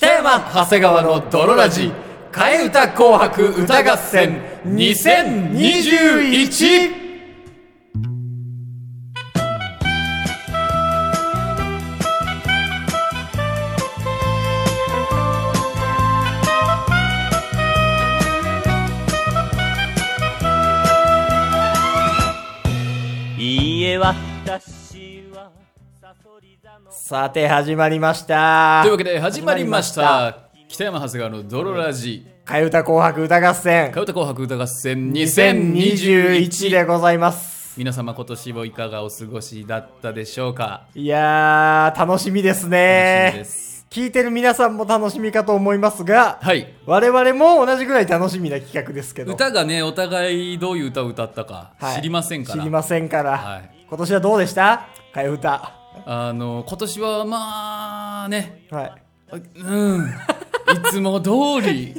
北山長谷川の泥ラジ替え歌紅白歌合戦2021。さて始まりました。 というわけで始まりました北山長谷川の泥ラジ替え歌紅白歌合戦替え歌紅白歌合戦2021 でございます。 皆様今年もいかがお過ごしだったでしょうか。 いやー楽しみですね。 楽しみです。 聞いてる皆さんも楽しみかと思いますが、 はい、 我々も同じぐらい楽しみな企画ですけど、 歌がねお互いどういう歌を歌ったか知りませんから、 知りませんから、 はい、 今年はどうでした替え歌。 今年はまあね、 はい、 いつも通り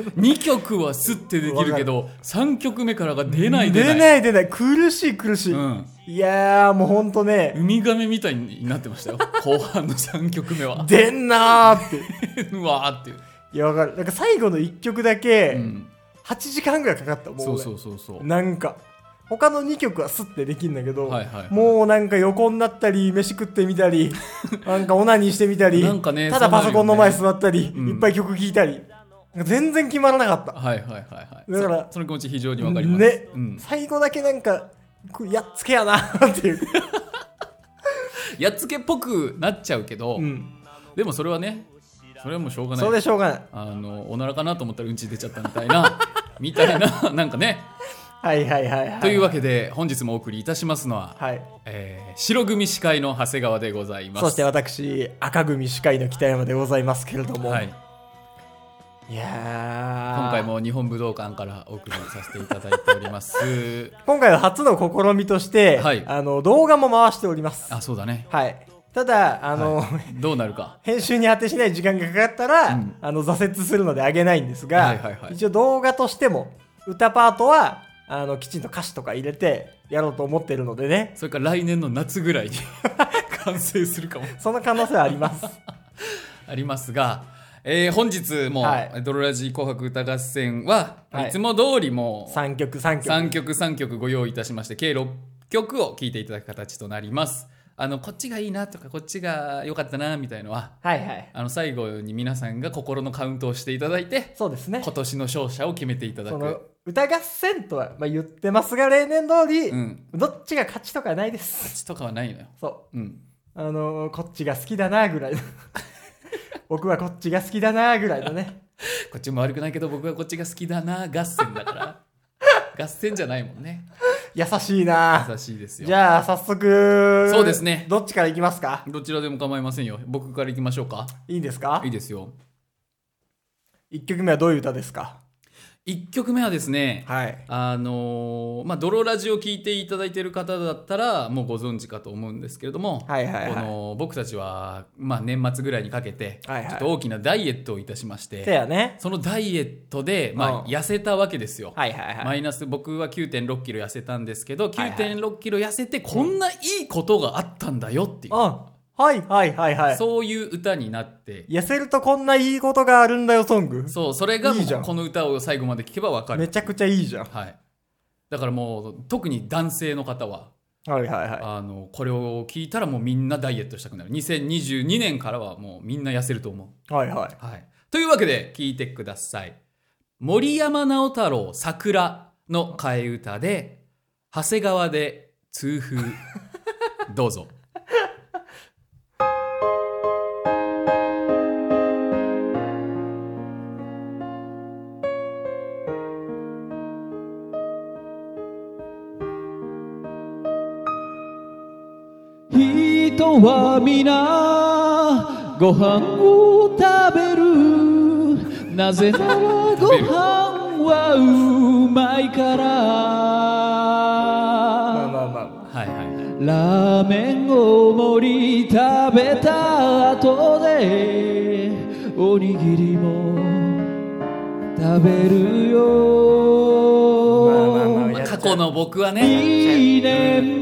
2曲はスッてできるけど3曲目からが出ない苦しい、うん、いやーもうほんとねウミガメみたいになってましたよ後半の3曲目は出んなーってうわーっていう。 いやわかる。なんか最後の1曲だけ8時間ぐらいかかった。もう、ね、 そうなんか他の2曲はスッてできるんだけど、 はいはいはい、 もうなんか横になったり飯食ってみたりなんかオナニーしてみたりなんか、ね、 ただパソコンの前座ったり、いっぱい曲聴いたり全然決まらなかった。 はいはいはいはい。 だからその気持ち非常にわかりますね、最後だけなんかやっつけやなっていうやっつけっぽくなっちゃうけど、でもそれはねそれはもうしょうがない。 それでしょうがない。 おならかなと思ったらうんち出ちゃったみたいななんかねはい。 というわけで本日もお送りいたしますのは、白組司会の長谷川でございます。 そして私赤組司会の北山でございますけれども、いや今回も日本武道館からお送りさせていただいております今回は初の試みとして、動画も回しております。 あ、そうだね。 ただどうなるか編集に当てしない時間がかかったら、挫折するのであげないんですが、一応動画としても歌パートはきちんと歌詞とか入れてやろうと思ってるのでね。 それから来年の夏ぐらいに完成するかもその可能性はありますありますが、本日も、泥ラジ紅白歌合戦は、いつも通りも 3曲ご用意いたしまして、計6曲を聴いていただく形となります。こっちがいいなとかこっちが良かったなみたいのは、最後に皆さんが心のカウントをしていただいて、 そうですね、 今年の勝者を決めていただく。 その歌合戦とは、言ってますが例年通り、どっちが勝ちとかないです。 勝ちとかはないのよ。 そう、こっちが好きだなぐらいの僕はこっちが好きだなぐらいのねこっちも悪くないけど僕はこっちが好きだな合戦だから合戦じゃないもんね。 優しいな。 優しいですよ。 じゃあ早速、 そうですね、 どっちからいきますか。 どちらでも構いませんよ。僕からいきましょうか。 いいですか。 いいですよ。 1曲目はどういう歌ですか。 1曲目はですね、泥ラジを聞いていただいている方だったらもうご存知かと思うんですけれども、この僕たちは、年末ぐらいにかけて、ちょっと大きなダイエットをいたしまして、そのダイエットで、痩せたわけですよ。マイナス僕は 9.6 キロ痩せたんですけど、9.6 キロ痩せてこんないいことがあったんだよっていう、そういう歌になって、 痩せるとこんないいことがあるんだよソング。 そう、それがもうこの歌を最後まで聴けば分かる。 めちゃくちゃいいじゃん。 だからもう特に男性の方は、これを聞いたらもうみんなダイエットしたくなる。2022年からはもうみんな痩せると思う。というわけで聴いてください。森山直太朗桜の替え歌で長谷川で痛風どうぞ。 人は皆ご飯を食べる。なぜならご飯はうまいから。ラーメンを盛り食べた後でおにぎりも食べるよ。 過去の僕はね、 2年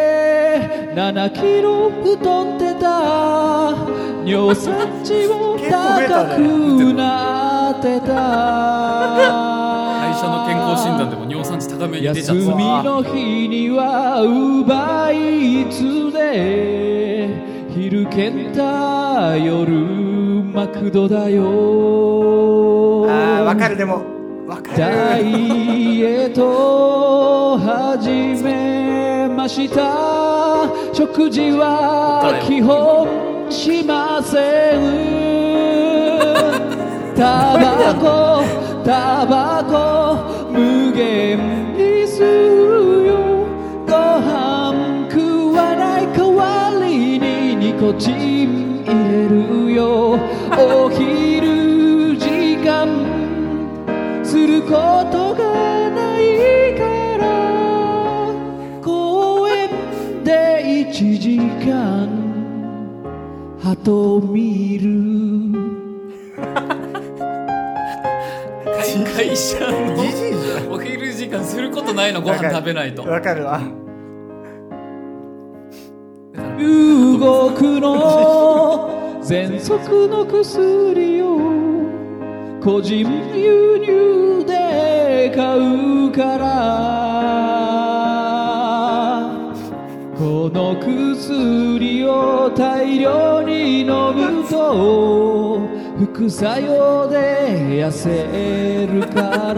で7キロ太ってた。尿酸値を高くなってた。 会社の健康診断でも尿酸値高めに出ちゃった。 休みの日には奪いつで昼健太夜マクドだよ。 わかる。でもわかる。 ダイエット始めました。食事は基本しません。タバコ無限にするよ。ご飯食わない代わりにニコチン入れるよ。お昼時間することがないから公園で1時間鳩見る。 会社のお昼時間することないの。ご飯食べないと。 わかるわ。 動くの喘息の薬を個人輸入で買うから。この薬を大量に飲むと副作用で痩せるから。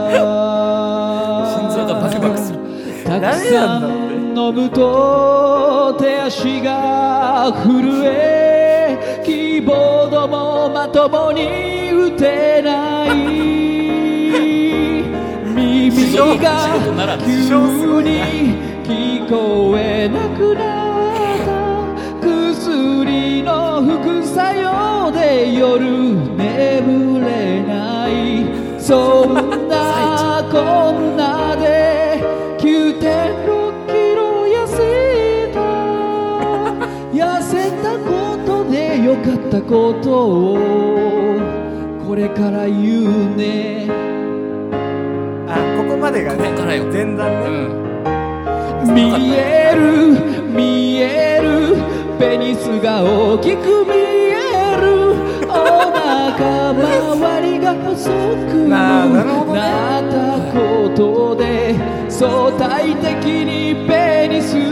心臓がバクバクする。 たくさん飲むと手足が震えキーボードもまともに打てない。耳が急に聞こえなくなった薬の副作用で夜眠れない。そんなこんなで 9.6 キロ痩せたことでよかったことをこれから言うね。 ここまでがね前段ね。 見えるペニスが大きく見える。お腹周りが細くなったことで相対的にペニス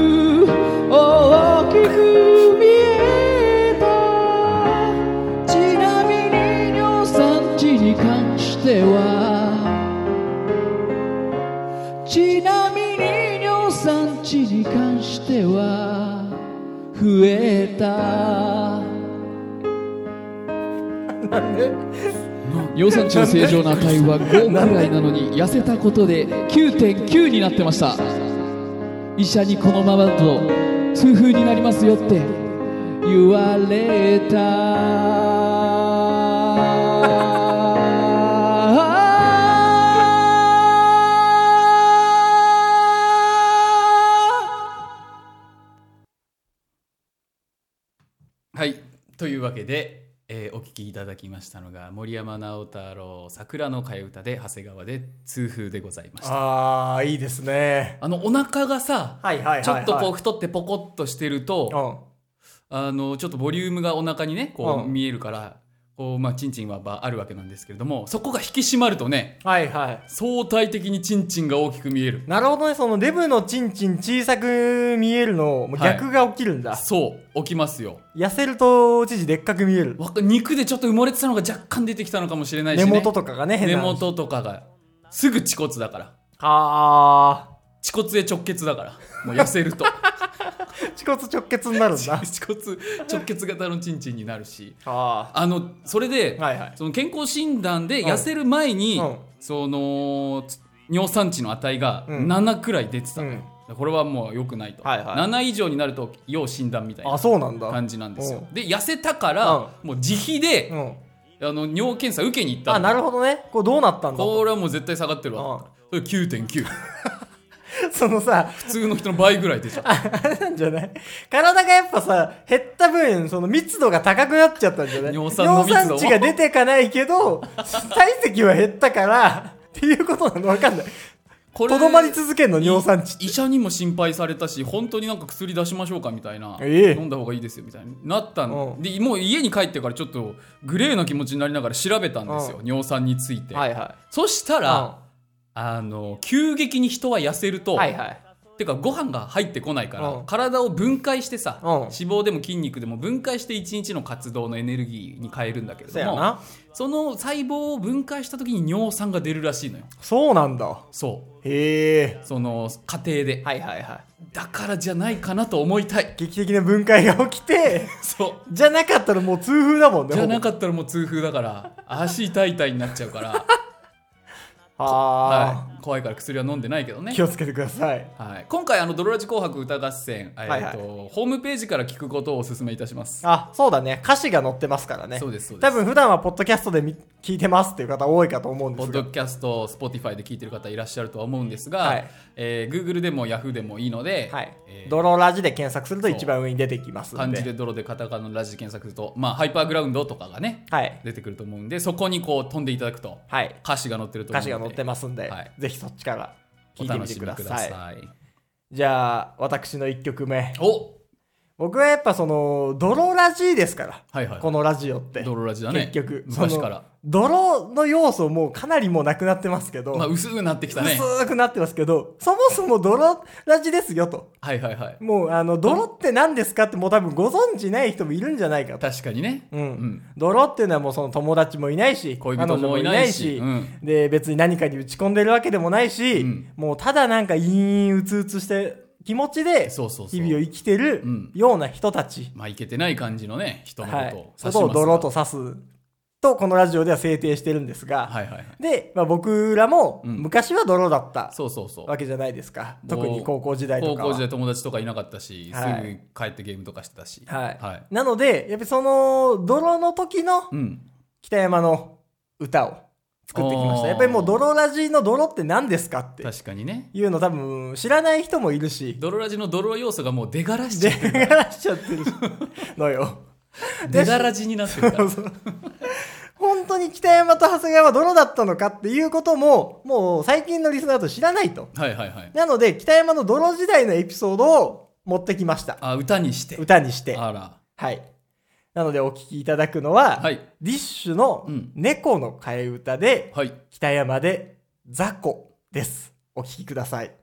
大きく見えた。ちなみに尿酸値に関しては産地に関しては増えた。尿酸値の正常な値は5くらいなのに痩せたことで 9.9 になってました。医者にこのままだと痛風になりますよって言われた。 はいというわけで、お聴きいただきましたのが森山直太朗桜の替え歌で長谷川で痛風でございました。 いいですね。 お腹がさ、ちょっとこう太ってポコッとしてると、ちょっとボリュームがお腹にねこう見えるからこうチンチンはあるわけなんですけれども、そこが引き締まるとね、相対的にチンチンが大きく見える。 なるほどね。そのデブのチンチン小さく見えるの逆が起きるんだ。 そう起きますよ。 痩せるとチンチンでっかく見える。 肉でちょっと埋もれてたのが若干出てきたのかもしれないしね。 根元とかがね。 根元とかがすぐ恥骨だから。恥骨へ直結だからもう痩せると恥骨直結になるんだ。 恥骨直結型のチンチンになるし、それで、その健康診断で痩せる前に、その尿酸値の値が7くらい出てた、これはもう良くないと、7以上になると要診断みたいな感じなんですよ。で痩せたから、もう自費で、尿検査受けに行った。 なるほどね。これどうなったんだ。 これはもう絶対下がってるわ。それ 9.9 そのさ普通の人の倍ぐらい出ちゃう。 あれなんじゃない？体がやっぱさ減った分その密度が高くなっちゃったんじゃない？ 尿酸の密度尿酸値が出てかないけど体積は減ったからっていうことなの。分かんない。 とどまり続けるの尿酸値。 医者にも心配されたし、本当になんか薬出しましょうかみたいな、飲んだ方がいいですよみたいになったので、もう家に帰ってからちょっとグレーな気持ちになりながら調べたんですよ、尿酸について。そしたら、急激に人は痩せると、てかご飯が入ってこないから、体を分解してさ、脂肪でも筋肉でも分解して一日の活動のエネルギーに変えるんだけれども、その細胞を分解した時に尿酸が出るらしいのよ。 そうなんだ。 そう。 へえ。 その過程で。だからじゃないかなと思いたい。 劇的な分解が起きて、 そう。 じゃなかったらもう痛風だもんね。 じゃなかったらもう痛風だから、足痛い痛いになっちゃうから。怖いから薬は飲んでないけどね。 気をつけてください。 今回ドロラジ紅白歌合戦、ホームページから聞くことをお勧めいたします。 そうだね。歌詞が載ってますからね。 そうです。 多分普段はポッドキャストで聞いてますっていう方多いかと思うんですが、 ポッドキャスト、Spotify で聞いてる方いらっしゃるとは思うんですが、Google でも Yahoo でもいいので、 ドロラジで検索すると一番上に出てきますので、 漢字でドロでカタカナのラジで検索すると、ハイパーグラウンドとかがね、出てくると思うんで、そこにこう飛んでいただくと、歌詞が載ってると思うので、 歌詞が載ってますんで、ぜひそっちから聞いてみてください。じゃあ私の1曲目。僕はやっぱそのドロラジですから、このラジオってドロラジだね。 結局昔からドロの要素もかなりもうなくなってますけど、 薄くなってきたね。 薄くなってますけど、そもそもドロラジですよと。もうドロって何ですかってもう多分ご存知ない人もいるんじゃないかと。 確かにね。 ドロっていうのはもうその友達もいないし、 恋人もいないし、 で別に何かに打ち込んでるわけでもないし、もうただなんか陰々うつうつして気持ちで日々を生きてるような人たち、 いけてない感じのね人のことを指しますが、 ドロと指すとこのラジオでは制定してるんですが、で、僕らも昔はドロだったわけじゃないですか。特に高校時代とかは。 高校時代友達とかいなかったし、すぐ帰ってゲームとかしてたし。 なのでやっぱりそのドロの時の北山の歌を作ってきました。やっぱりもうドロラジのドロって何ですかって確かにねいうの多分知らない人もいるし、 ドロラジのドロ要素がもう出がらしちゃってるのよ。 出がらじになってるから本当に北山と長谷川はドロだったのかっていうことももう最近のリスナーと知らないと。なので北山のドロ時代のエピソードを持ってきました。 歌にしてあら、なのでお聴きいただくのは、ディッシュの猫の替え歌で、北山で雑魚です。お聴きください。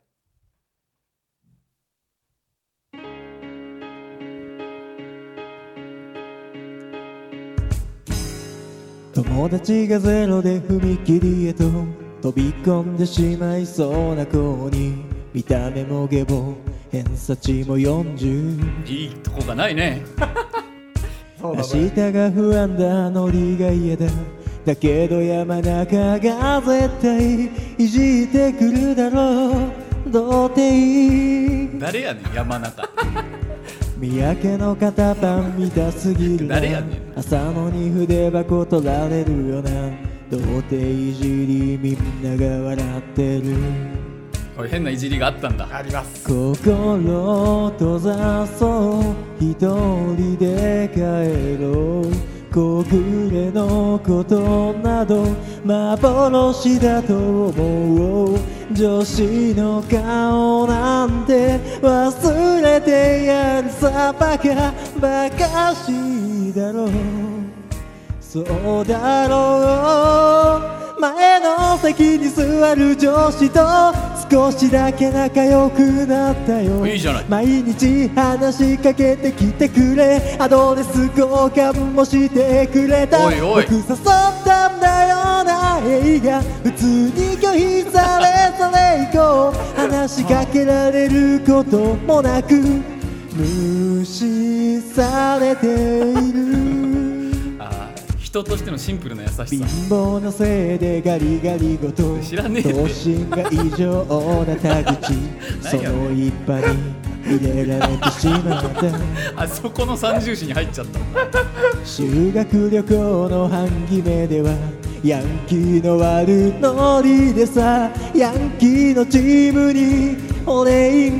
友達がゼロで踏切へと飛び込んでしまいそうな子に、見た目もゲボ偏差値も40、 いいとこがないね明日が不安だ、ノリが嫌だ、だけど山中が絶対いじってくるだろう、童貞誰やねん山中三宅の肩パン見たすぎるな、 誰やねん朝のに筆箱取られるよな、童貞いじりみんなが笑ってる、 これ変ないじりがあったんだ。 あります。心閉ざそう一人で帰ろう、小暮れのことなど幻だと思う、女子の顔なんて忘れてやるさ、バカしだろう、そうだろう、前の席に座る上司と少しだけ仲良くなったよ。 いいじゃない。 毎日話しかけてきてくれ、アドレス交換もしてくれた。 おいおい、 僕誘ったんだよな映画、普通に拒否されそれ以降話しかけられることもなく無視されている。 人としてのシンプルな優しさ。 貧乏のせいでガリガリごと知らねえって頭身が異常な田口その一派に入れられてしまったあそこの三重視に入っちゃった。 修学旅行の半決めではヤンキーの悪ノリでさ、ヤンキーのチームにお礼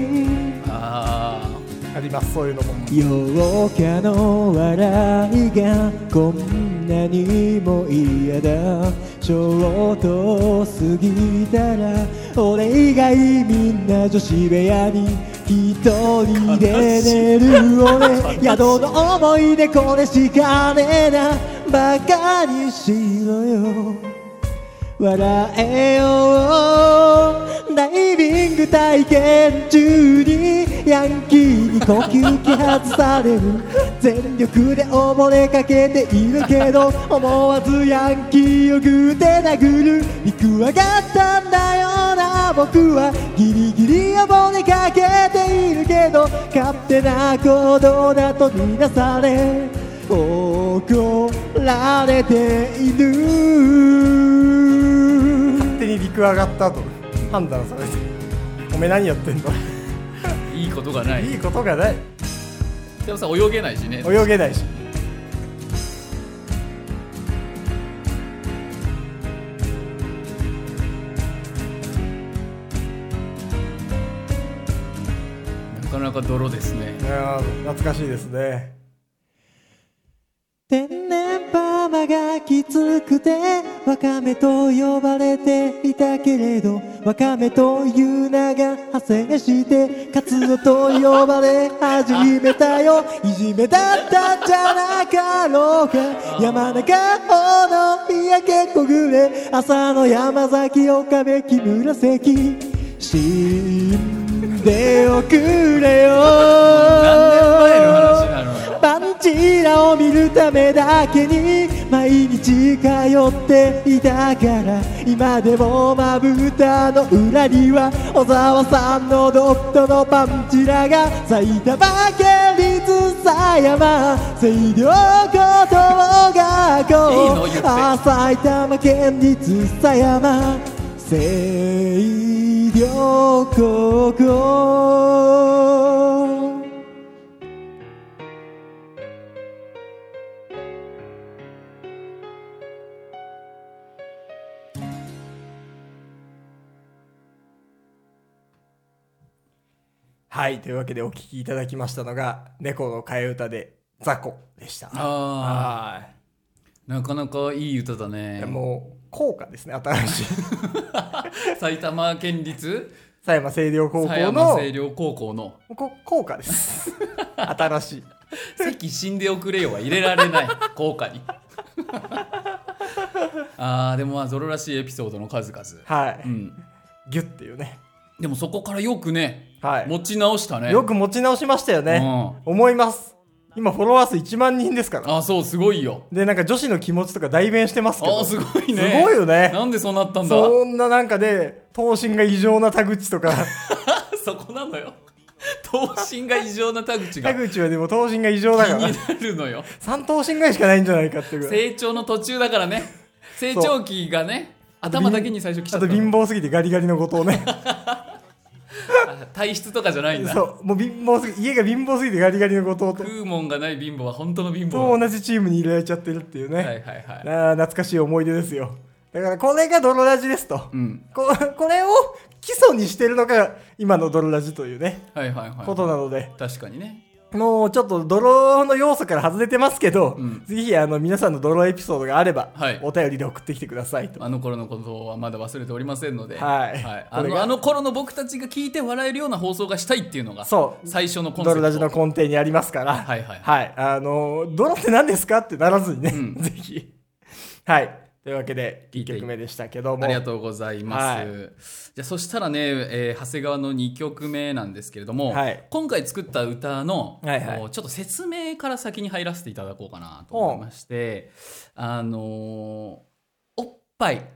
あります。そういうのも陽キャの笑いがこんな何も嫌だ。ちょっと過ぎたら俺以外みんな女子部屋に一人で寝る俺。宿の思い出これしかねえな。バカにしろよ笑えよ。ダイビング体験中にヤンキーに呼吸器外される。全力で溺れかけているけど思わずヤンキーをグーで殴る。陸上がったんだよな僕は。ギリギリ溺れかけているけど勝手な行動だとみなされ怒られている。 勝手に陸上がったと判断されておめえ何やってんのいいことがない。 いいことがない。 でもさ泳げないしね。 泳げないし。 なかなか泥ですね。 いや懐かしいですね。 天然パーマがきつくてワカメと呼ばれていたけれどワカメという名が派生してカツオと呼ばれ始めたよ。いじめだったんじゃなかろうか。山中ほど日焼けこぐれ朝の山崎岡部木村関死んでおくれよ。 何年前の話なの。 パンチラを見るためだけに毎日通っていたから今でもまぶたの裏には小沢さんのドットのパンチラが。埼玉県立狭山清涼高等学校埼玉県立狭山清涼高校。 はい、というわけでお聴きいただきましたのが猫の替え歌で雑魚でした。 はい。なかなかいい歌だね。 もう校歌ですね、新しい埼玉県立狭山清涼高校の狭山清涼高校の校歌です新しい関死んでおくれよは入れられない校歌にでもまあゾロらしいエピソードの数々。 はい、 うん、 ギュッっていうね。 でもそこからよくね、 はい、 持ち直したね。 よく持ち直しましたよね、思います。今フォロワー数1万人ですから。 そうすごいよ。 でなんか女子の気持ちとか代弁してますけど。 すごいね。 すごいよね。 なんでそうなったんだ。 そんななんかで頭身が異常な田口とかそこなのよ。頭身が異常な田口が。 田口はでも頭身が異常だから気になるのよ。 3頭身ぐらいしかないんじゃないかっていう。 成長の途中だからね。成長期がね頭だけに最初来ちゃった。 あと貧乏すぎてガリガリのことをね体質とかじゃないんだ。 そうもう貧乏すぎ家が貧乏すぎてガリガリのことを食うもんがない貧乏は本当の貧乏と同じチームに入れられちゃってるっていうね。 はいはいはい。 懐かしい思い出ですよ。だからこれがドロラジですと、 うん、 これを基礎にしてるのが今のドロラジというね、 はいはいはい、 ことなので、 確かにね。 もうちょっとドロの要素から外れてますけど、 うん、 ぜひ皆さんのドロエピソードがあれば、 はい、 お便りで送ってきてくださいと。 あの頃のことはまだ忘れておりませんので、 はいはい、あの頃の僕たちが聞いて笑えるような放送がしたいっていうのが最初のコンセプト、 ドロラジの根底にありますから、 はいはいはい、ドロって何ですかってならずにね、 うん、 ぜひはいというわけで1曲目でしたけども、 ありがとうございます、はい、じゃあそしたらね、長谷川の2曲目なんですけれども、はい、今回作った歌の、はいはい、ちょっと説明から先に入らせていただこうかなと思いまして、おっぱい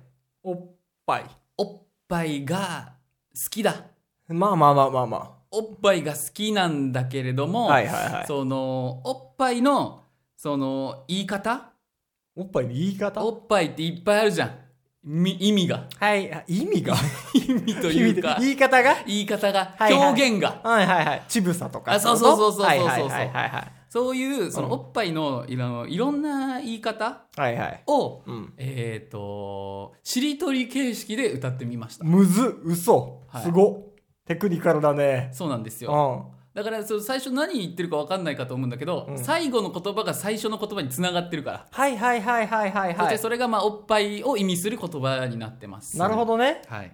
が好きだ。 まあおっぱいが好きなんだけれども、 はいはいはい、 そのおっぱいのその言い方、 おっぱいの言い方、 おっぱいっていっぱいあるじゃん、意味が。 はい意味が意味というか言い方が、 はいはい、表現が、 はいはいはい、ちぶさとか、 そうそういうそのおっぱいのいろんな言い方を、しりとり形式で歌ってみました。 嘘、すごテクニカルだね。 そうなんですよ、 だから最初何言ってるか分かんないかと思うんだけど、最後の言葉が最初の言葉につながってるから。 はいはいはいはいはいはい。 それがまあおっぱいを意味する言葉になってます。 なるほどね。 はい。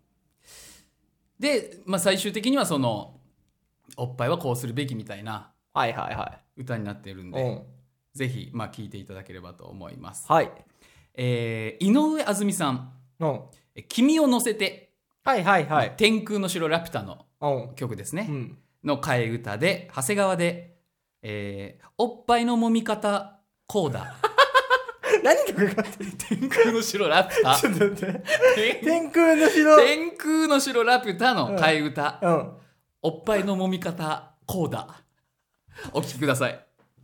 で、まあ、最終的にはそのおっぱいはこうするべきみたいな歌になっているんで、ぜひまあ聴いていただければと思います。 はい。 井上あずみさん、君を乗せて、天空の城ラピュタの曲ですね、の替え歌で長谷川で、おっぱいの揉み方こうだ何曲か天空の城ラピュタちょっと待って天空の城ラピュタの替え歌、おっぱいの揉み方こうだ、お聴きください。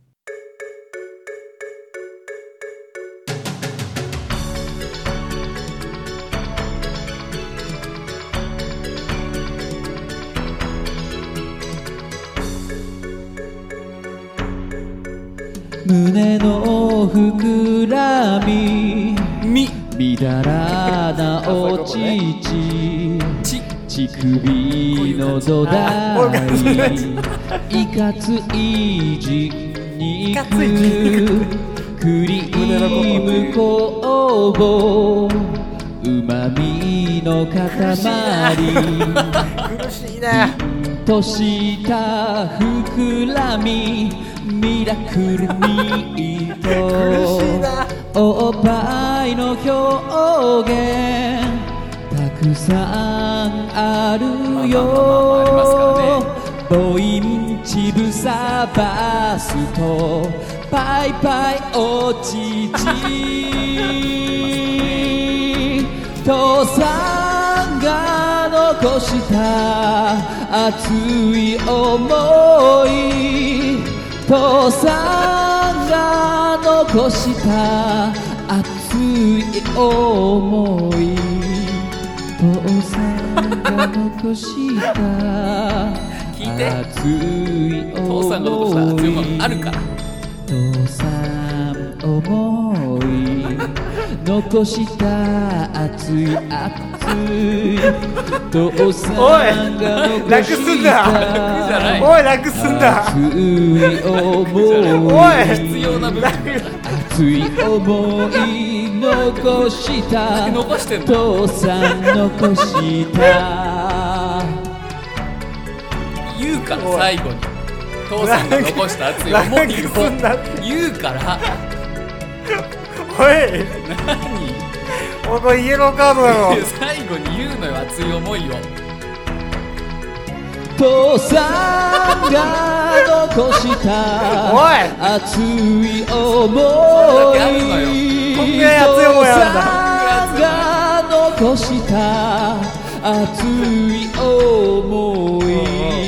胸の膨らみ乱らなお乳乳首の土台いかつい人肉クリーム酵母うまみの塊苦しいねピンとした膨らみミラクルミートおっぱいの表現たくさんあるよボインチブサバスとパイパイおちち父さんが残した熱い想い父さんが残した熱い想い父さんが残した熱い父さんが残した熱い思いあるか父さん思い残した熱い父さんが残したおい楽すんだ熱い思い必要な部分熱い思い残した父さん残した言うから最後に父さんが残した熱い思いを言うからおい何おいこれイエローカードだろ最後に言うのよ熱い思いを父さんが残した熱い思い父さんが残した熱い思い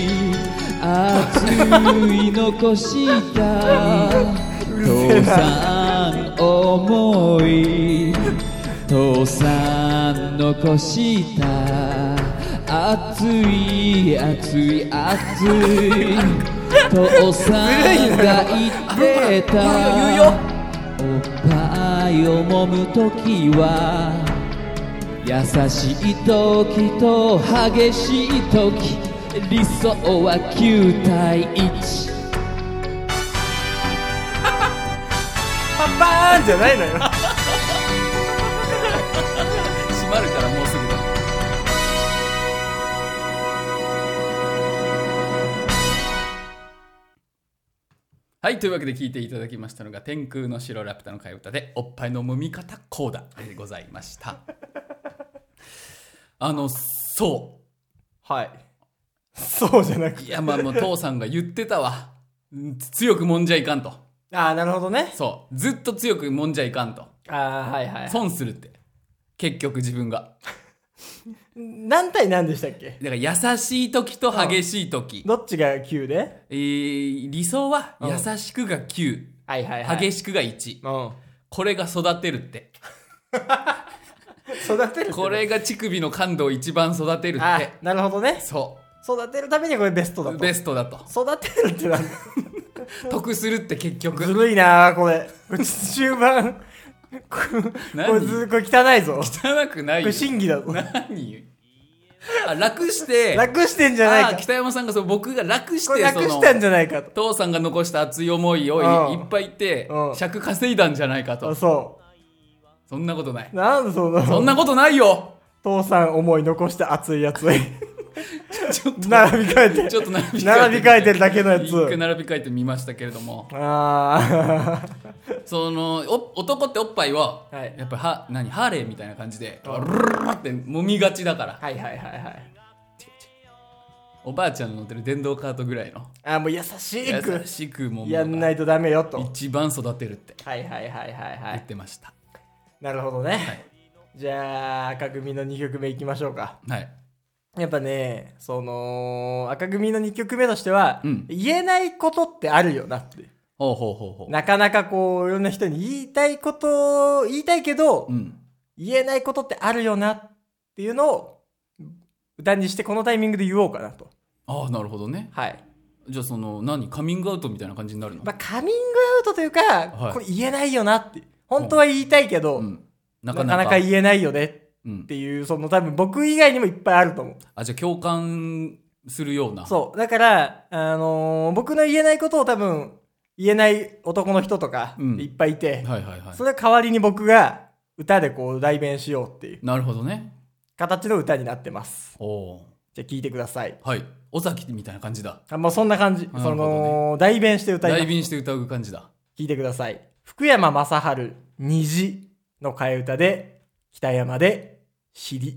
熱い残した父さん思い父さん残した熱い熱い熱い父さんが言ってたおっぱいを揉むときは優しいときと激しいとき理想は9対1 パンパーンじゃないのよ閉まるからもうすぐだはい、というわけで聴いていただきましたのが天空の城ラピュタの替え歌でおっぱいの揉み方こうだでございましたそうはいそうじゃなくていやまあもう父さんが言ってたわ強く揉んじゃいかんとああなるほどねそうずっと強く揉んじゃいかんとああはいはい損するって結局自分が何対何でしたっけだから優しい時と激しい時どっちが9で理想は優しくが9、 はいはいはい、 激しくが1、これが育てるって育てるってこれが乳首の感度を一番育てるってなるほどねそう育てるためにこれベストだとベストだと育てるってなんだ得するって結局ずるいなこれ終盤これ汚いぞ汚くないよこれ審議だぞ何楽してんじゃないか。 北山さんが僕が楽して楽したんじゃないかと。 父さんが残した熱い思いをいっぱい言って尺稼いだんじゃないかと。そんなことない。 なんでそんなことないよ。 父さん思い残して熱いやつちょっと並び替えてるだけのやつ。 一回並び替えてみましたけれども、男っておっぱいは、やっぱりハーレーみたいな感じでルルルって揉みがちだから。おばあちゃんの乗ってる電動カートぐらいのもう優しくもやんないとダメよと一番育てるって言ってました。 なるほどね。じゃあ赤組の2曲目いきましょうか。やっぱね、赤組の2曲目としては、言えないことってあるよなって。なかなかいろんな人に言いたいけど、言えないことってあるよなっていうのを歌にしてこのタイミングで言おうかなと。 なるほどね。じゃあカミングアウトみたいな感じになるの？ カミングアウトというか、これ言えないよなって。本当は言いたいけど、なかなか言えないよねっていう、多分僕以外にもいっぱいあると思う。 じゃあ共感するような。 だから、僕の言えないことを多分言えない男の人とかいっぱいいて、それ代わりに僕が歌で代弁しようっていう。 なるほどね。 形の歌になってます。じゃあ聴いてください。 尾崎みたいな感じだ。 もうそんな感じ。代弁して歌います。 代弁して歌う感じだ。 聴いてください。福山雅治虹の替え歌で北山で尻。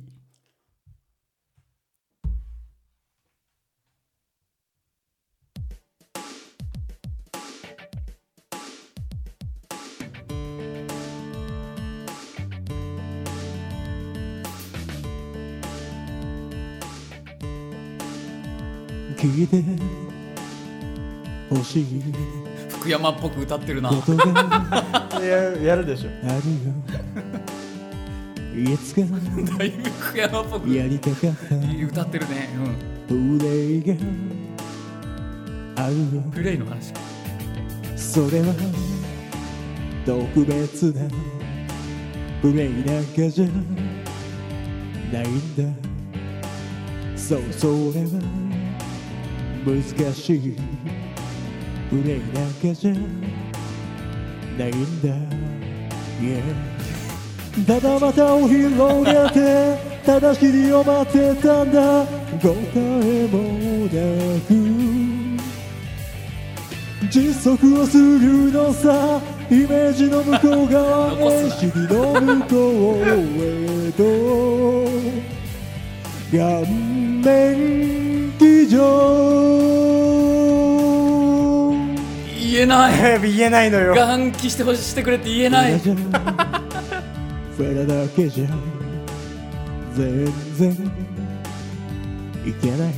聞いてほしい。 福山っぽく歌ってるな。 やるでしょ。 あるよ。いつかだいぶ福山っぽくやりたかった歌ってるね。 プレイがあるよ。 プレイの話。 それは特別なプレイなんかじゃないんだ。それは難しいプレイなんかじゃないんだ、ただ股を広げてただ尻を待ってたんだ。答えもなく窒息をするのさ。イメージの向こう側へ尻の向こうへと顔面騎乗。 言えない言えないのよ。 眼気してくれって言えない。 フェラだけじゃ全然いけない。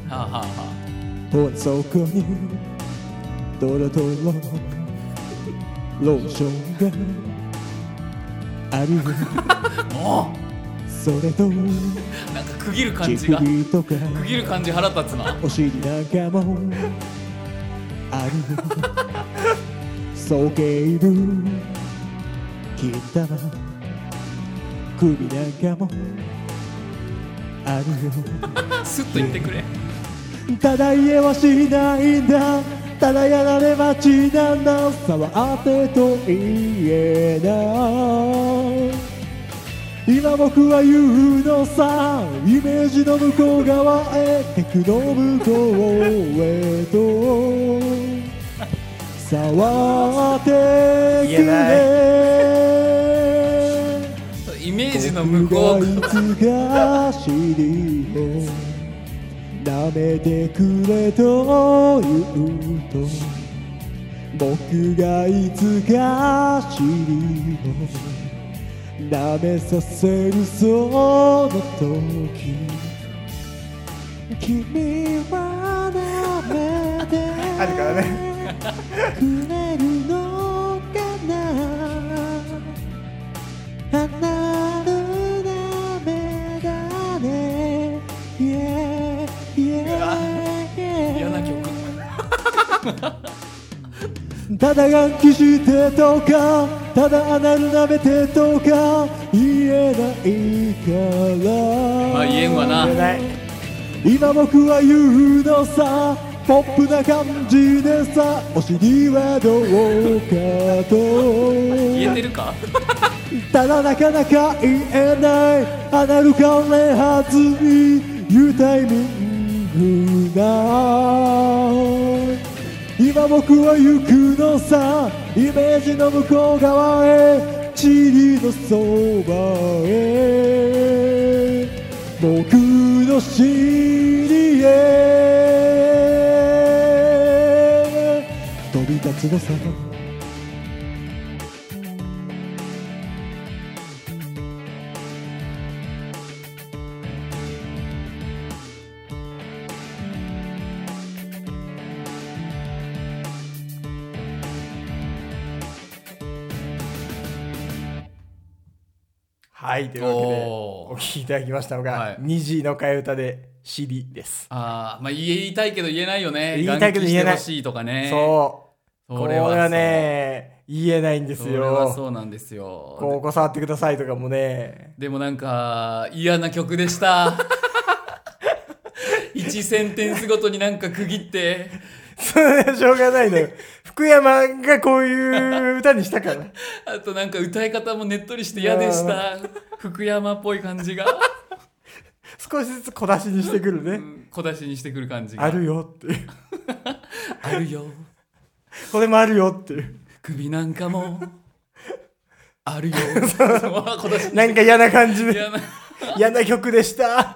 そこにトロトロローションがあるよ。 もうそれとなんか区切る感じが区切る感じ腹立つな。 お尻なんかもあるよ。鼠径部金玉首なんかもあるよ。 スッと言ってくれ。 ただ言えはしないんだ。ただやられ待ちなんだ。触ってと言えない。今僕は言うのさ。イメージの向こう側へ敵の向こうへと触ってくれ。 イメージの向こう僕がいつか尻を舐めてくれと言うと僕がいつか尻を舐めさせるその時君は舐めてあるからねくれるのかな。離るなめだね。 嫌な曲。 ただ眼気してとかただアナル舐めてとか言えないからまあ言えんわな。 今僕は言うのさ、ポップな感じでさ、お尻はどうかと言えてるかただなかなか言えないアナル関連発に言うタイミングが今僕は行くのさ、イメージの向こう側へ、チリのそばへ、僕の尻へ飛び立つのさ。 はい、というわけでお聴きいただきましたのが、虹の替え歌で尻です。 まあ言いたいけど言えないよね。 言いたいけど言えない。 元気してほしいとかね。 そう。これはね、言えないんですよ。 それはそうなんですよ。 ここ触ってくださいとかもね。 でもなんか嫌な曲でした。1センテンスごとになんか区切って。 それはしょうがないのよ。福山がこういう歌にしたから。 あとなんか歌い方もねっとりして嫌でした。福山っぽい感じが。 少しずつ小出しにしてくるね。 小出しにしてくる感じが。 あるよっていう。 あるよ。 これもあるよっていう。 首なんかもあるよ。 なんか嫌な感じで。嫌な曲でした。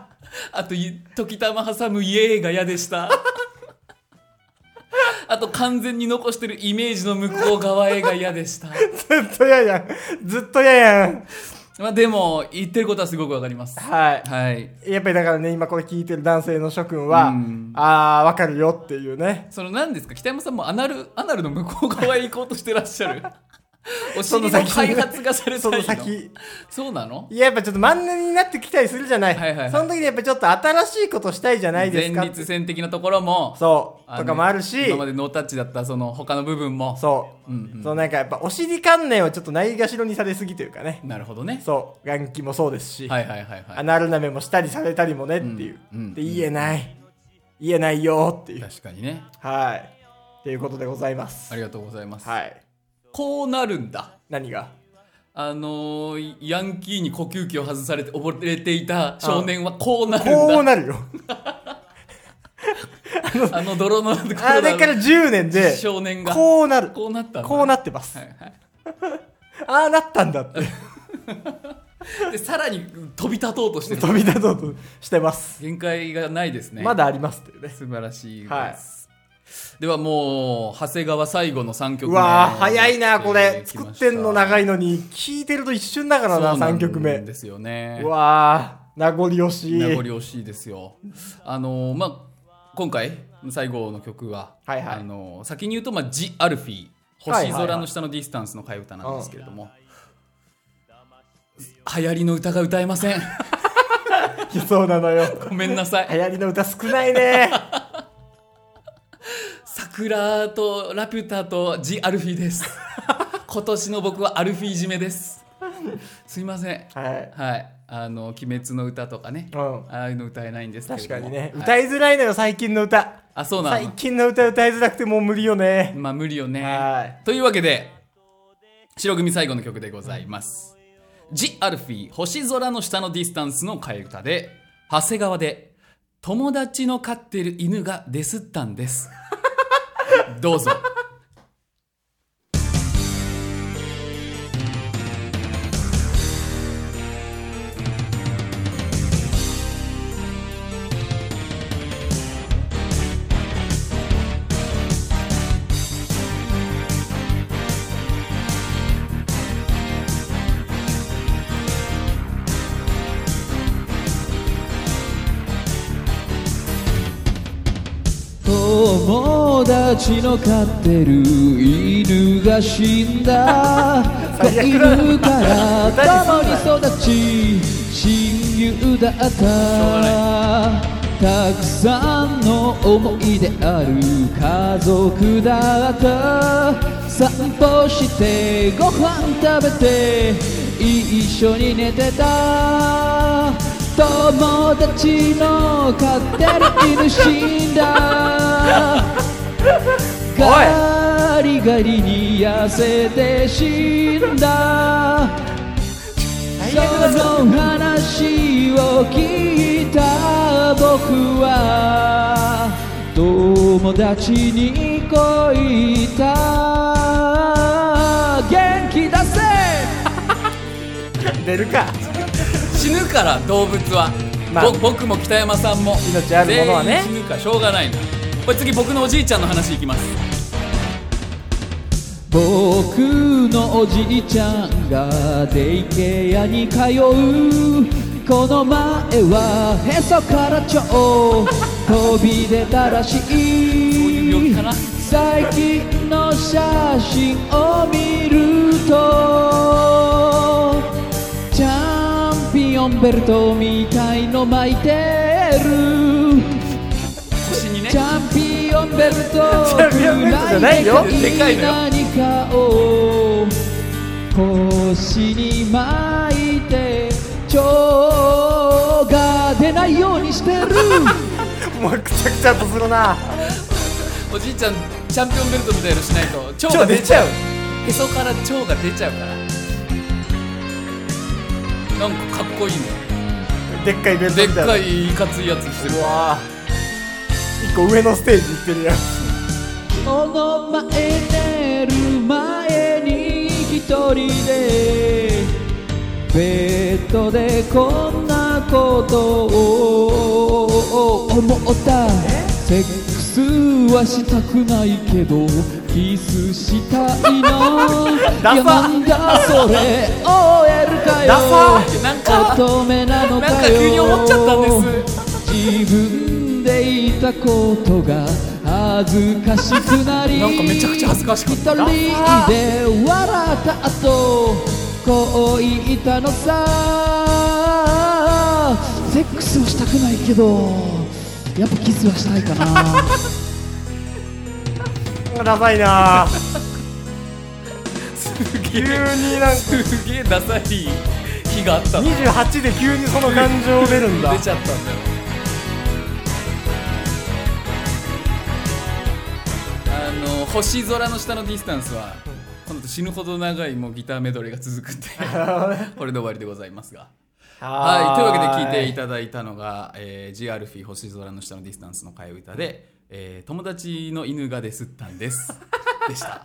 あと、時たま挟むイエーが嫌でした。あと完全に残してるイメージの向こう側へが嫌でした。 ずっと嫌やん。ずっと嫌やん。 まあでも言ってることはすごくわかります。 はい。 はい。 やっぱりだからね、今これ聞いてる男性の諸君は、わかるよっていうね。 その何ですか、北山さんもアナルの向こう側へ行こうとしてらっしゃる。お尻の開発がされたいの。その先。そうなの？ いや、やっぱちょっと真ん中になってきたりするじゃない。はいはいはい。その時にやっぱちょっと新しいことしたいじゃないですか。 前立腺的なところも。 そう。とかもあるし。 今までノータッチだったその他の部分も。 そう。そうなんかやっぱお尻関連をちょっとないがしろにされすぎというかね。 なるほどね。 そう。眼気もそうですし。 はいはいはいはい。 アナル舐めもしたりされたりもねっていう。で、言えない。言えないよっていう。 確かにね。 はい。っていうことでございます。 ありがとうございます。 はい。 こうなるんだ。 何が？ ヤンキーに呼吸器を外されて溺れていた少年はこうなるんだ。 こうなるよ。 泥のところあれから10年で少年がこうなる。 こうなったんだ。 こうなってます。はいはい、ああなったんだって。 でさらに飛び立とうとしてる。 飛び立とうとしてます。 限界がないですね。 まだありますっていうね。 素晴らしいです。 はいではもう長谷川最後の3曲目。 うわー早いなこれ。作ってんの長いのに聞いてると一瞬だからな。3曲目ですよね。 うわー名残惜しい。 名残惜しいですよ。まあ今回最後の曲は、はいはい、先に言うと、ジ・アルフィー星空の下のディスタンスの替え歌なんですけれども、流行りの歌が歌えません。 そうなのよ。 ごめんなさい。 流行りの歌少ないね。 桜とラピュタとジ・アルフィーです。今年の僕はアルフィー締めです。すいません。はい。はい。鬼滅の歌とかね、ああいうの歌えないんですけども。 確かにね、はい、歌いづらいのよ最近の歌。 あ、そうなの。 最近の歌歌いづらくてもう無理よね。 まあ無理よね。はい。というわけで白組最後の曲でございます。ジ・アルフィー星空の下のディスタンスの替え歌で長谷川で友達の飼ってる犬がデスったんです。どうぞ。 友達の飼ってる犬が死んだ。犬から共に育ち親友だった。 たくさんの思い出ある家族だった散歩してご飯食べて一緒に寝てた友達の飼ってる犬死んだガリガリに痩せて死んだその話を聞いた僕は友達にこう言った元気出せ出るか死ぬから動物は、僕も北山さんも命あるものはね全員死ぬからしょうがないの。これ次僕のおじいちゃんの話いきます。 僕のおじいちゃんがデイケアに通うこの前はへそから腸飛び出たらしい最近の写真を見るとチャンピオンベルトみたいの巻いてるチャンピオンベルトぐらいでかい何かを腰に巻いて腸が出ないようにしてるもうくちゃくちゃとするなおじいちゃんチャンピオンベルトみたいのしないと腸が出ちゃうへそから腸が出ちゃうからなんかかっこいいねでっかいベルトみたいなでっかいいかついやつしてる。 うわ一個上のステージ行ってるやんこの前寝る前に一人でベッドでこんなことを思ったセックスはしたくないけどキスしたいななんだそれ OL かよ乙女なのかよなんか急に思っちゃったんです自分でいたことが恥ずかしくなりなんかめちゃくちゃ恥ずかしかった。 一人で笑った後こう言ったのさセックスをしたくないけどやっぱキスはしたいかなダサいな急になんかすげえダサい日があったの。 28で急にその感情出るんだ出ちゃったんだよ。星空の下のディスタンスはこの後死ぬほど長いもうギターメドレーが続くんでこれで終わりでございますがはい、というわけで聴いていただいたのが、ジアルフィー星空の下のディスタンスの替え歌で、友達の犬がですったんですでした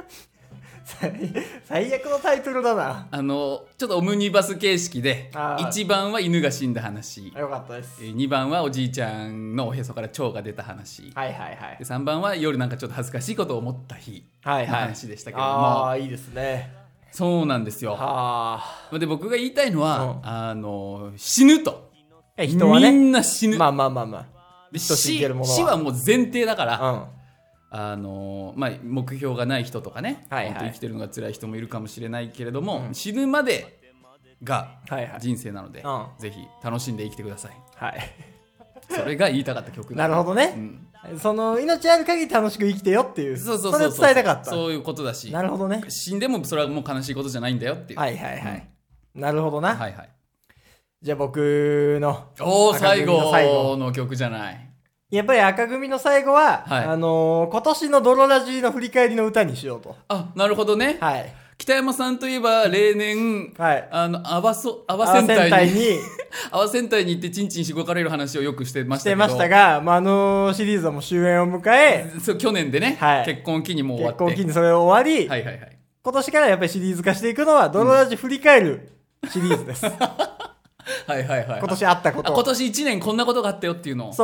最悪のタイトルだな。 ちょっとオムニバス形式で1番は犬が死んだ話、 よかったです。 2番はおじいちゃんのおへそから腸が出た話、 はいはいはい、 で3番は夜なんかちょっと恥ずかしいことを思った日の話でしたけれども、 ああいいですね。 そうなんですよ。で僕が言いたいのは、 うん、 死ぬと人はねみんな死ぬ。 まあまあまあまあで死はもう前提だから、 うんまあ、目標がない人とかね、 はいはい、 生きてるのが辛い人もいるかもしれないけれども、死ぬまでが人生なので、ぜひ楽しんで生きてください。 はい、 それが言いたかった曲なるほどね、その命ある限り楽しく生きてよっていう、それを伝えたかった。 そういうことだし、 なるほどね。 死んでもそれはもう悲しいことじゃないんだよっていう。 はいはいはい、なるほどな。 はいはい。 じゃあ僕の最後の曲じゃない。 やっぱり赤組の最後は、今年のドロラジの振り返りの歌にしようと。 なるほどね。 はい。 北山さんといえば例年、 はい、 阿波戦隊に阿波戦隊に行ってチンチンしごかれる話をよくしてましたけど、 シリーズはもう終焉を迎え、 去年でね、はい、結婚期にもう終わって、 結婚期にそれを終わり、 はいはいはい、 今年からやっぱりシリーズ化していくのはドロラジ振り返るシリーズです。 はいはいはい。 今年あったこと。 今年1年こんなことがあったよっていうのを。 そう。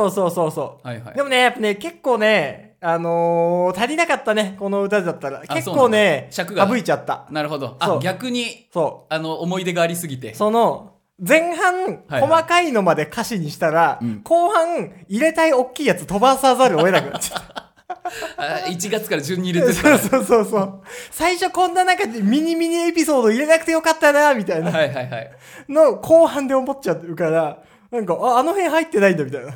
はいはい。でもね、やっぱね、結構ね、足りなかったね、この歌だったら。結構ね、 尺が省いちゃった。 なるほど。逆に、思い出がありすぎて。 前半、細かいのまで歌詞にしたら、後半、入れたい大きいやつ飛ばさざるを得なくなっちゃった。 1月から順に入れてた。 そう。最初こんな中でミニエピソード入れなくてよかったな、みたいな。 はいはいはい。 の後半で思っちゃうから、なんか、あの辺入ってないんだ、みたいな。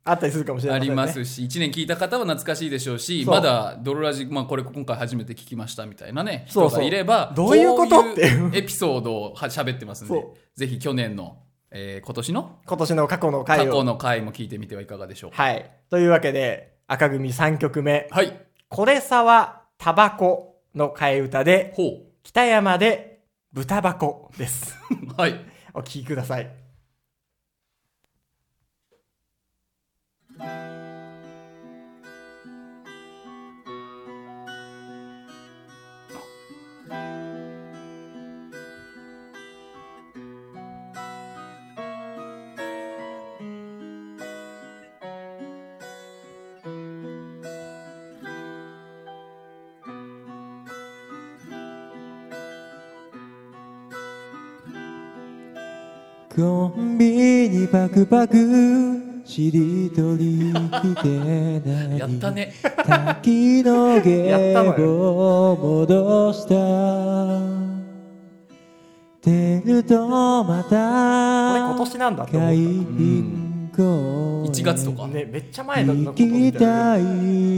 あったりするかもしれない、ね、 ありますし、1年聞いた方は懐かしいでしょうし、まだドロラジ、これ今回初めて聞きましたみたいなね人がいれば、 どういうことっていうエピソードを喋ってますんで、ぜひ去年の、今年の過去の回も聞いてみてはいかがでしょうか。 はい。というわけで赤組3曲目、 はい、 これさはタバコの替え歌で、北山で豚箱ですはい、 お聴きください。 コンビニパクパクしりとりしてないやったね滝のゲを戻したてるとまたこれ今年なんだって思った、 1月とかね、めっちゃ前のことみたい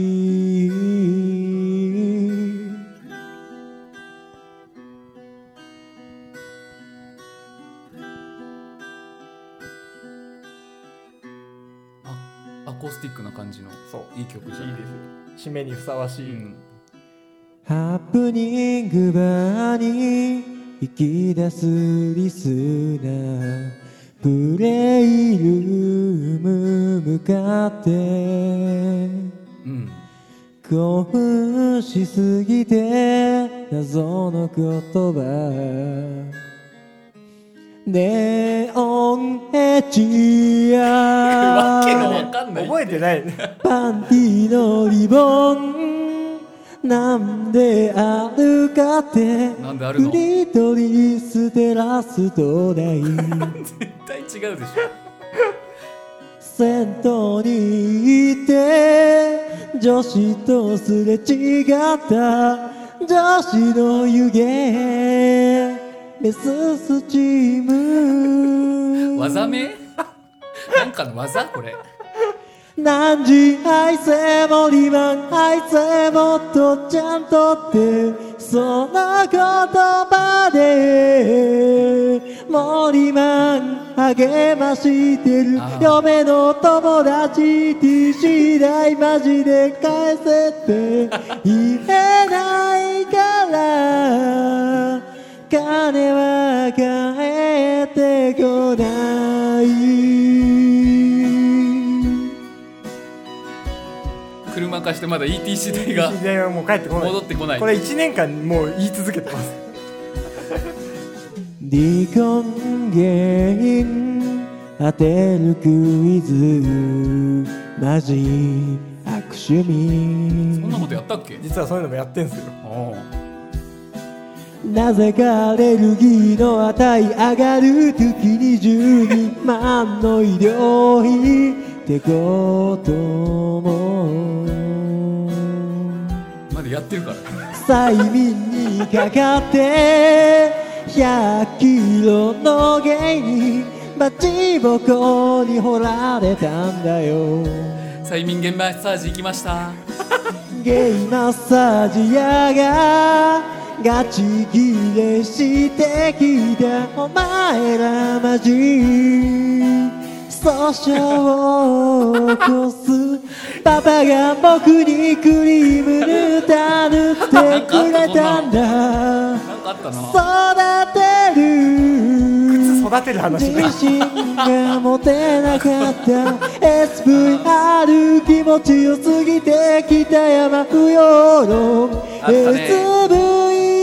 アコースティックな感じのいい曲じゃない。いいです締めにふさわしい、 ハプニングバーに引き出すリスナープレイルーム向かって、興奮しすぎて謎の言葉ネオンエッジやわけのわかんない覚えてないパンティのリボンなんであるかってクリトリステラストライ絶対違うでしょ銭湯に行って女子とすれ違った女子の湯気メススチーム技名なんかの技これ何時愛せもリマン愛せもっとちゃんとってその言葉で森マン励ましてる嫁の友達 T 次第マジで返せって言えないから金は返ってこない車化してまだ ET 次第がもう帰ってこない戻ってこない。 これ1年間もう言い続けてます離婚原因当てるクイズマジ悪趣味そんなことやったっけ。 実はそういうのもやってんすよ。 なぜかアレルギーの値上がる時に12万の医療費ってこともまだやってるから催眠にかかって100キロのゲイにバチボコに掘られたんだよ。 催眠ゲンマッサージ行きましたゲイマッサージ屋がガチギレしてきたお前らマジ訴訟を起こすパパが僕にクリーム塗ってくれたんだ育てる自信が持てなかった SVR 気持ちよすぎて北山不要の SVR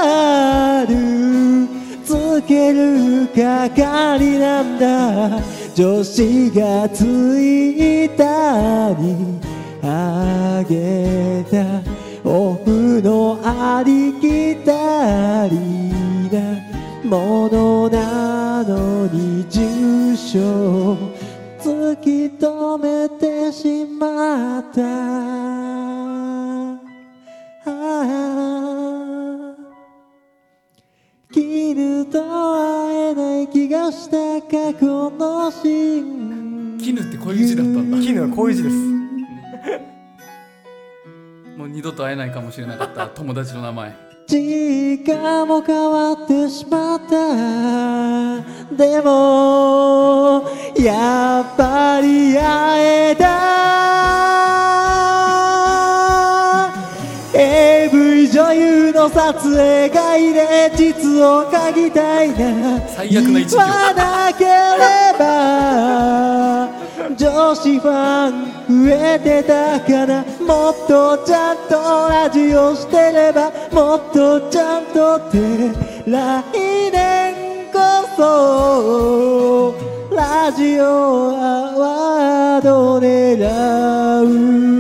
つける係なんだ女子がツイッターにあげたオフのありきたりなものなのに住所突き止めてしまった絹と会えない気がした過去のシーン絹ってこういう字だったんだ。 絹はこういう字です。 もう二度と会えないかもしれなかった友達の名前。 時間も変わってしまった。でもやっぱり会えた。 AV 女優の撮影会で実を書きたいな。 最悪な一行。 言わなければ女子ファン増えてたかな。もっとちゃんとラジオしてれば、もっとちゃんとって来年こそラジオアワード狙う。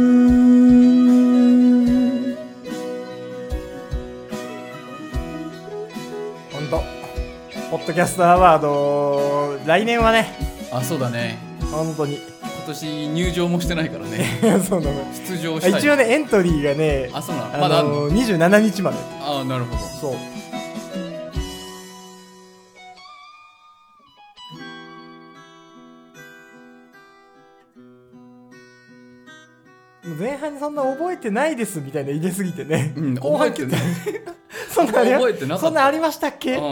ほんとポッドキャストアワード来年はね。 あ、そうだね。 本当に今年入場もしてないからね。 そうなの。 出場したい。 一応ねエントリーがね、 あ、そうなの。まだあるの 27日まで。 あ、なるほど。 そう。前半にそんな覚えてないですみたいな入れすぎてね、 うん、覚えてない。 そんな覚えてなかった。 そんなありましたっけ？ うん。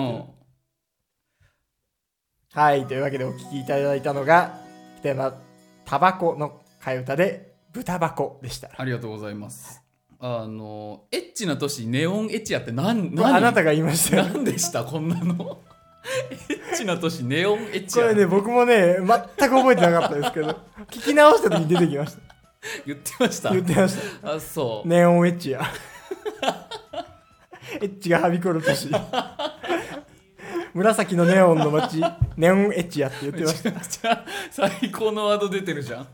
はい、というわけでお聞きいただいたのがテーマタバコの替え歌で豚箱でした。 ありがとうございます。エッチな都市ネオンエチアって何あなたが言いましたよ。 何でしたこんなの。エッチな都市ネオンエチア。 これね僕もね全く覚えてなかったですけど聞き直した時に出てきました。 言ってました。 言ってました。 あ、そう。 ネオンエッチや。エッチがはびこる都市。紫のネオンの街、ネオンエッチやって言ってました。 めちゃくちゃ最高のワード出てるじゃん。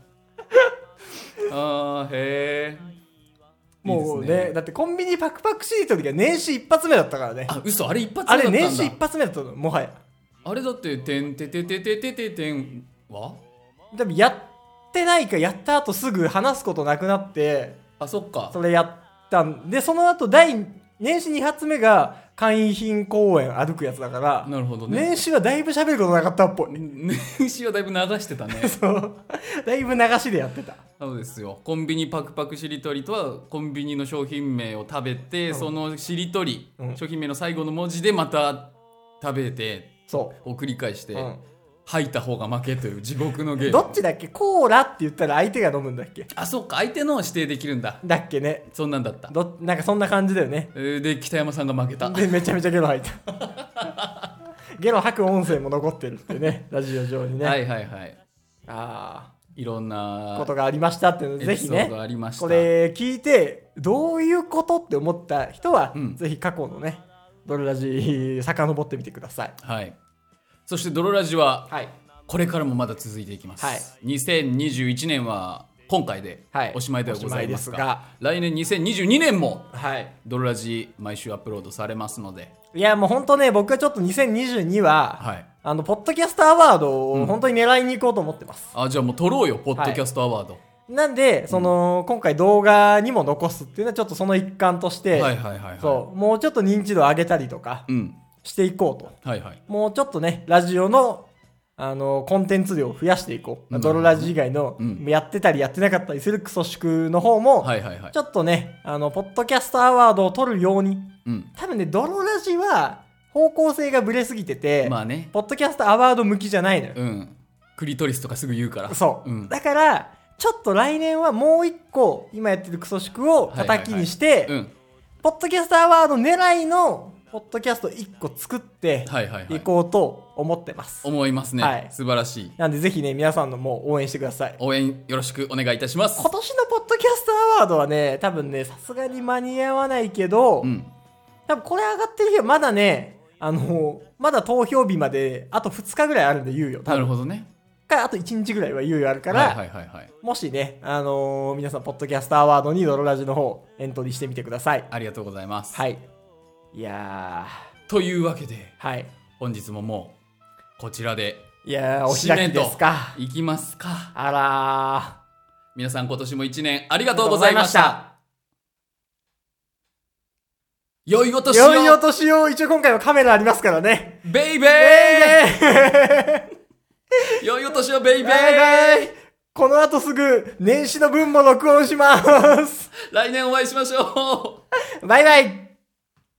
あー、へー。 もう ね、だってコンビニパクパクシリートの時は年始一発目だったからね。 あ、嘘、あれ一発目だったんだ。 あれ年始一発目だったの、もはや。 あれだっててんてててててててんは多分やってないかやった後すぐ話すことなくなって、 あ、そっか。 それやったんで、その後年始2発目が海浜公園歩くやつだから、 なるほどね。 年始はだいぶ喋ることなかったっぽい。 年始はだいぶ流してたね。 そうだいぶ流しでやってた。 そうですよ。コンビニパクパクしりとりとはコンビニの商品名を食べて、そのしりとり、商品名の最後の文字でまた食べてそうを繰り返して、吐いた方が負けという地獄のゲーム。 どっちだっけ？コーラって言ったら相手が飲むんだっけ？ あ、そっか、相手のを指定できるんだ。 だっけね。 そんなんだった。 なんかそんな感じだよね。 で、北山さんが負けた。 でめちゃめちゃゲロ吐いた。ゲロ吐く音声も残ってるってね、ラジオ上にね。 はいはいはい。 ああ、 いろんなことがありましたっていうのぜひね、 これ聞いてどういうことって思った人は、ぜひ過去のねドロラジ遡ってみてください。 はい。そしてドロラジは、 はい、 これからもまだ続いていきます。はい、2021年は今回でおしまいではございますが、来年2022年もドロラジ毎週アップロードされますので、 いやもう本当ね、僕はちょっと2022は、はい、ポッドキャストアワードを本当に狙いに行こうと思ってます。 あ、じゃあもう取ろうよ、ポッドキャストアワード。 なんで今回動画にも残すっていうのはちょっとその一環として、そうもうちょっと認知度上げたりとかしていこうと、はいはい、もうちょっとねラジオのコンテンツ量を増やしていこう。ドロラジ以外の、やってたりやってなかったりするクソ宿の方も、ちょっとね、ポッドキャストアワードを取るように、多分ね、ドロラジは方向性がブレすぎてて、まあね、ポッドキャストアワード向きじゃないのよ。 クリトリスとかすぐ言うから。 そう。だから、ちょっと来年はもう一個、今やってるクソ宿を叩きにして、ポッドキャストアワード狙いの、ポッドキャスト1個作っていこうと思ってます。 思いますね、はい、素晴らしい。 なんでぜひね皆さんのも応援してください。 応援よろしくお願いいたします。 今年のポッドキャストアワードはね多分ねさすがに間に合わないけど、多分これ上がってる日はまだねまだ投票日まであと2日ぐらいあるんで猶予。 なるほどね。 あと1日ぐらいは猶予あるから、もしね皆さんポッドキャストアワードにドロラジの方エントリーしてみてください。 ありがとうございます。 はい。いやーというわけで、 はい、 本日ももうこちらでお開きですか。 いきますか。 あらー、 皆さん今年も1年ありがとうございました。良いお年を。 良いお年を。一応今回はカメラありますからね。 ベイベー良いお年をベイベー。 バイバイ。この後すぐ年始の分も録音します。 来年お会いしましょう。バイバイ。